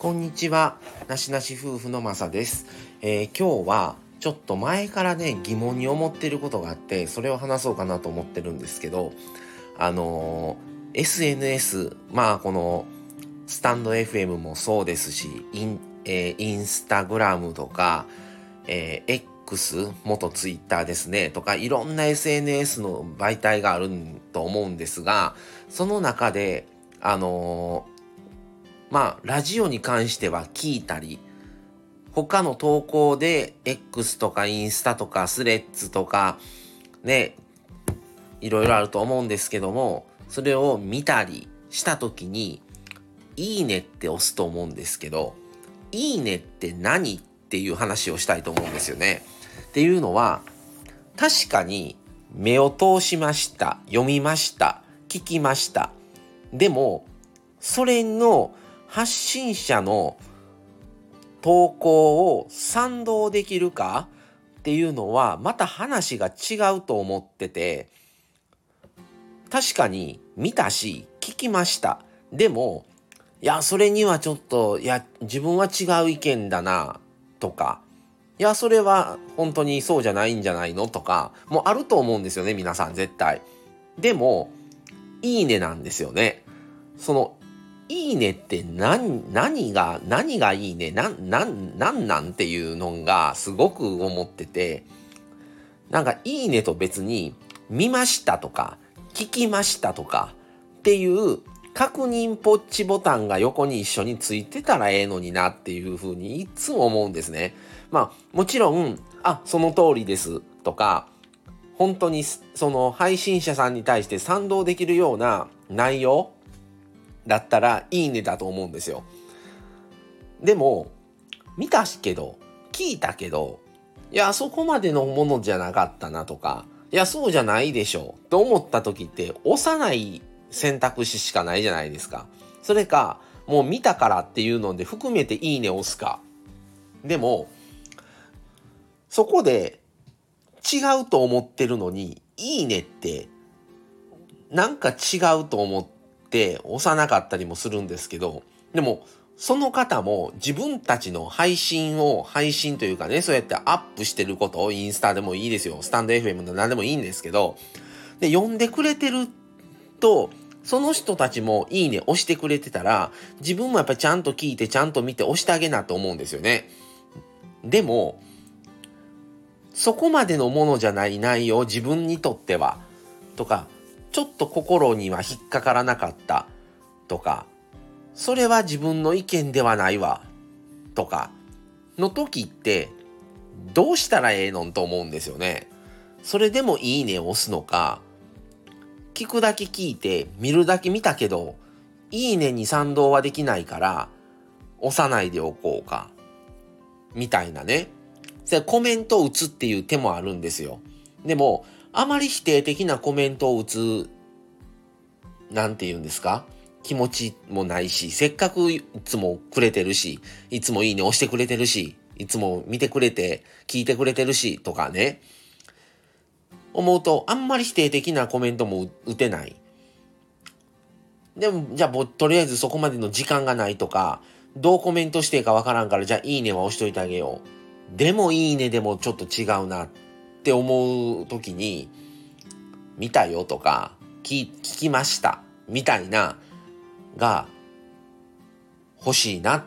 こんにちは、なしなし夫婦のまさです。今日はちょっと前からね疑問に思っていることがあって、それを話そうかなと思ってるんですけど、SNS、このスタンド FM もそうですし、インスタグラムとか、X 元ツイッターですねとか、いろんな SNS の媒体があると思うんですが、その中でラジオに関しては聞いたり、他の投稿で X とかインスタとかスレッズとかね、いろいろあると思うんですけども、それを見たりした時にいいねって押すと思うんですけど、いいねって何っていう話をしたいと思うんですよね。っていうのは、確かに目を通しました、読みました、聞きました。でもそれの発信者の投稿を賛同できるかっていうのはまた話が違うと思ってて、確かに見たし聞きました。でもそれにはちょっと自分は違う意見だなとか、それは本当にそうじゃないんじゃないのとかもあると思うんですよね、皆さん絶対。でもいいねなんですよね。そのいいねって何がいいねなんていうのがすごく思ってて、いいねと別に見ましたとか聞きましたとかっていう確認ポッチボタンが横に一緒についてたらええのになっていうふうにいつも思うんですね。もちろんその通りですとか、本当にその配信者さんに対して賛同できるような内容だったらいいねだと思うんですよ。でも見たけど聞いたけど、そこまでのものじゃなかったなとか、そうじゃないでしょと思った時って押さない選択肢しかないじゃないですか。それかもう見たからっていうので含めていいねを押すか。でもそこで違うと思ってるのにいいねってなんか違うと思って押さなかったりもするんですけど、でもその方も自分たちの配信というかね、そうやってアップしてることをインスタでもいいですよ、スタンド FM の何でもいいんですけど、で読んでくれてると、その人たちもいいね押してくれてたら、自分もやっぱりちゃんと聞いてちゃんと見て押してあげなと思うんですよね。でもそこまでのものじゃない内容、自分にとってはとか、ちょっと心には引っかからなかったとか、それは自分の意見ではないわとかの時ってどうしたらええのんと思うんですよね。それでもいいねを押すのか、聞くだけ聞いて見るだけ見たけどいいねに賛同はできないから押さないでおこうかみたいなね。コメントを打つっていう手もあるんですよ。でもあまり否定的なコメントを打つなんて言うんですか、気持ちもないし、せっかくいつもくれてるし、いつもいいね押してくれてるし、いつも見てくれて聞いてくれてるしとかね、思うとあんまり否定的なコメントも打てない。でもじゃあとりあえずそこまでの時間がないとか、どうコメントしていいかわからんから、じゃあいいねは押しといてあげよう。でもいいねでもちょっと違うなって思う時に、見たよとか聞きましたみたいなが欲しいなって、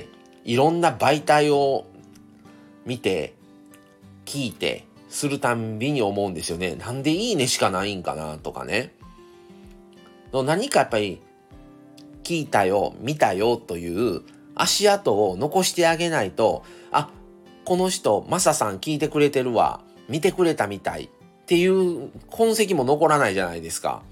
いろんな媒体を見て聞いてするたんびに思うんですよね。なんでいいねしかないんかなとかね。何かやっぱり聞いたよ見たよという足跡を残してあげないと、この人マサさん聞いてくれてるわ、見てくれたみたいっていう痕跡も残らないじゃないですか。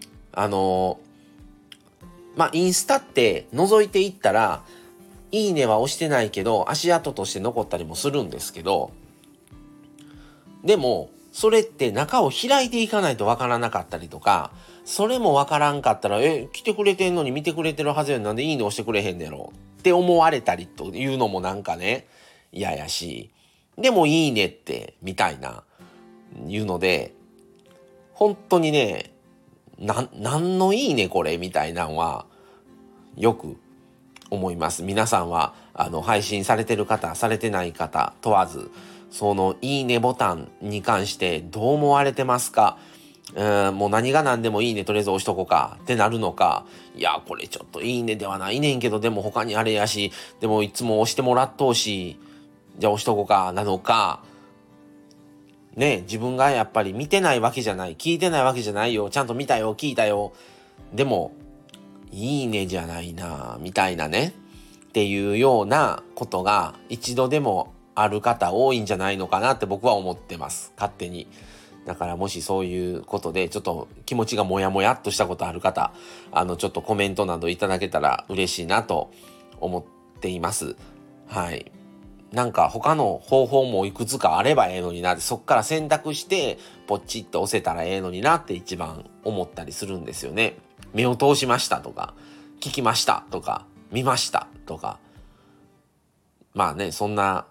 インスタって覗いていったらいいねは押してないけど足跡として残ったりもするんですけど、でもそれって中を開いていかないとわからなかったりとか、それもわからんかったら来てくれてんのに見てくれてるはずや、なんでいいね押してくれへんねやろって思われたりというのもなんかね、嫌やし、でもいいねってみたいないうので、本当にね、なんのいいねこれみたいなのはよく思います。皆さんは配信されてる方されてない方問わず、そのいいねボタンに関してどう思われてますか？もう何が何でもいいねとりあえず押しとこうかってなるのか、いやこれちょっといいねではないねんけど、でも他にあれやし、でもいつも押してもらっとうし、じゃあ押しとこうかなのかね、自分がやっぱり見てないわけじゃない、聞いてないわけじゃないよ、ちゃんと見たよ聞いたよ、でもいいねじゃないなみたいなねっていうようなことが一度でもある方多いんじゃないのかなって僕は思ってます、勝手に。だからもしそういうことでちょっと気持ちがモヤモヤっとしたことある方、ちょっとコメントなどいただけたら嬉しいなと思っています。はい。なんか他の方法もいくつかあればええのになって、そっから選択してポチッと押せたらええのになって一番思ったりするんですよね。目を通しましたとか、聞きましたとか、見ましたとか。まあね、そんな、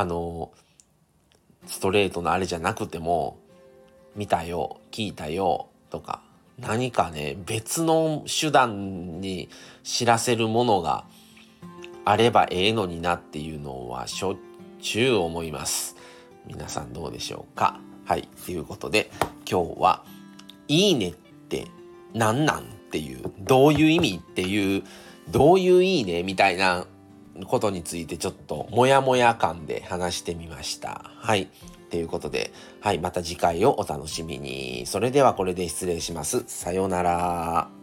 ストレートなあれじゃなくても、見たよ、聞いたよとか、何かね、別の手段に知らせるものがあればええのになっていうのはしょっちゅう思います。皆さんどうでしょうか？はい。ということで、今日は、いいねって何なんっていう、どういう意味っていう、どういういいねみたいなことについてちょっともやもや感で話してみました。はい。ということで、はい。また次回をお楽しみに。それではこれで失礼します。さようなら。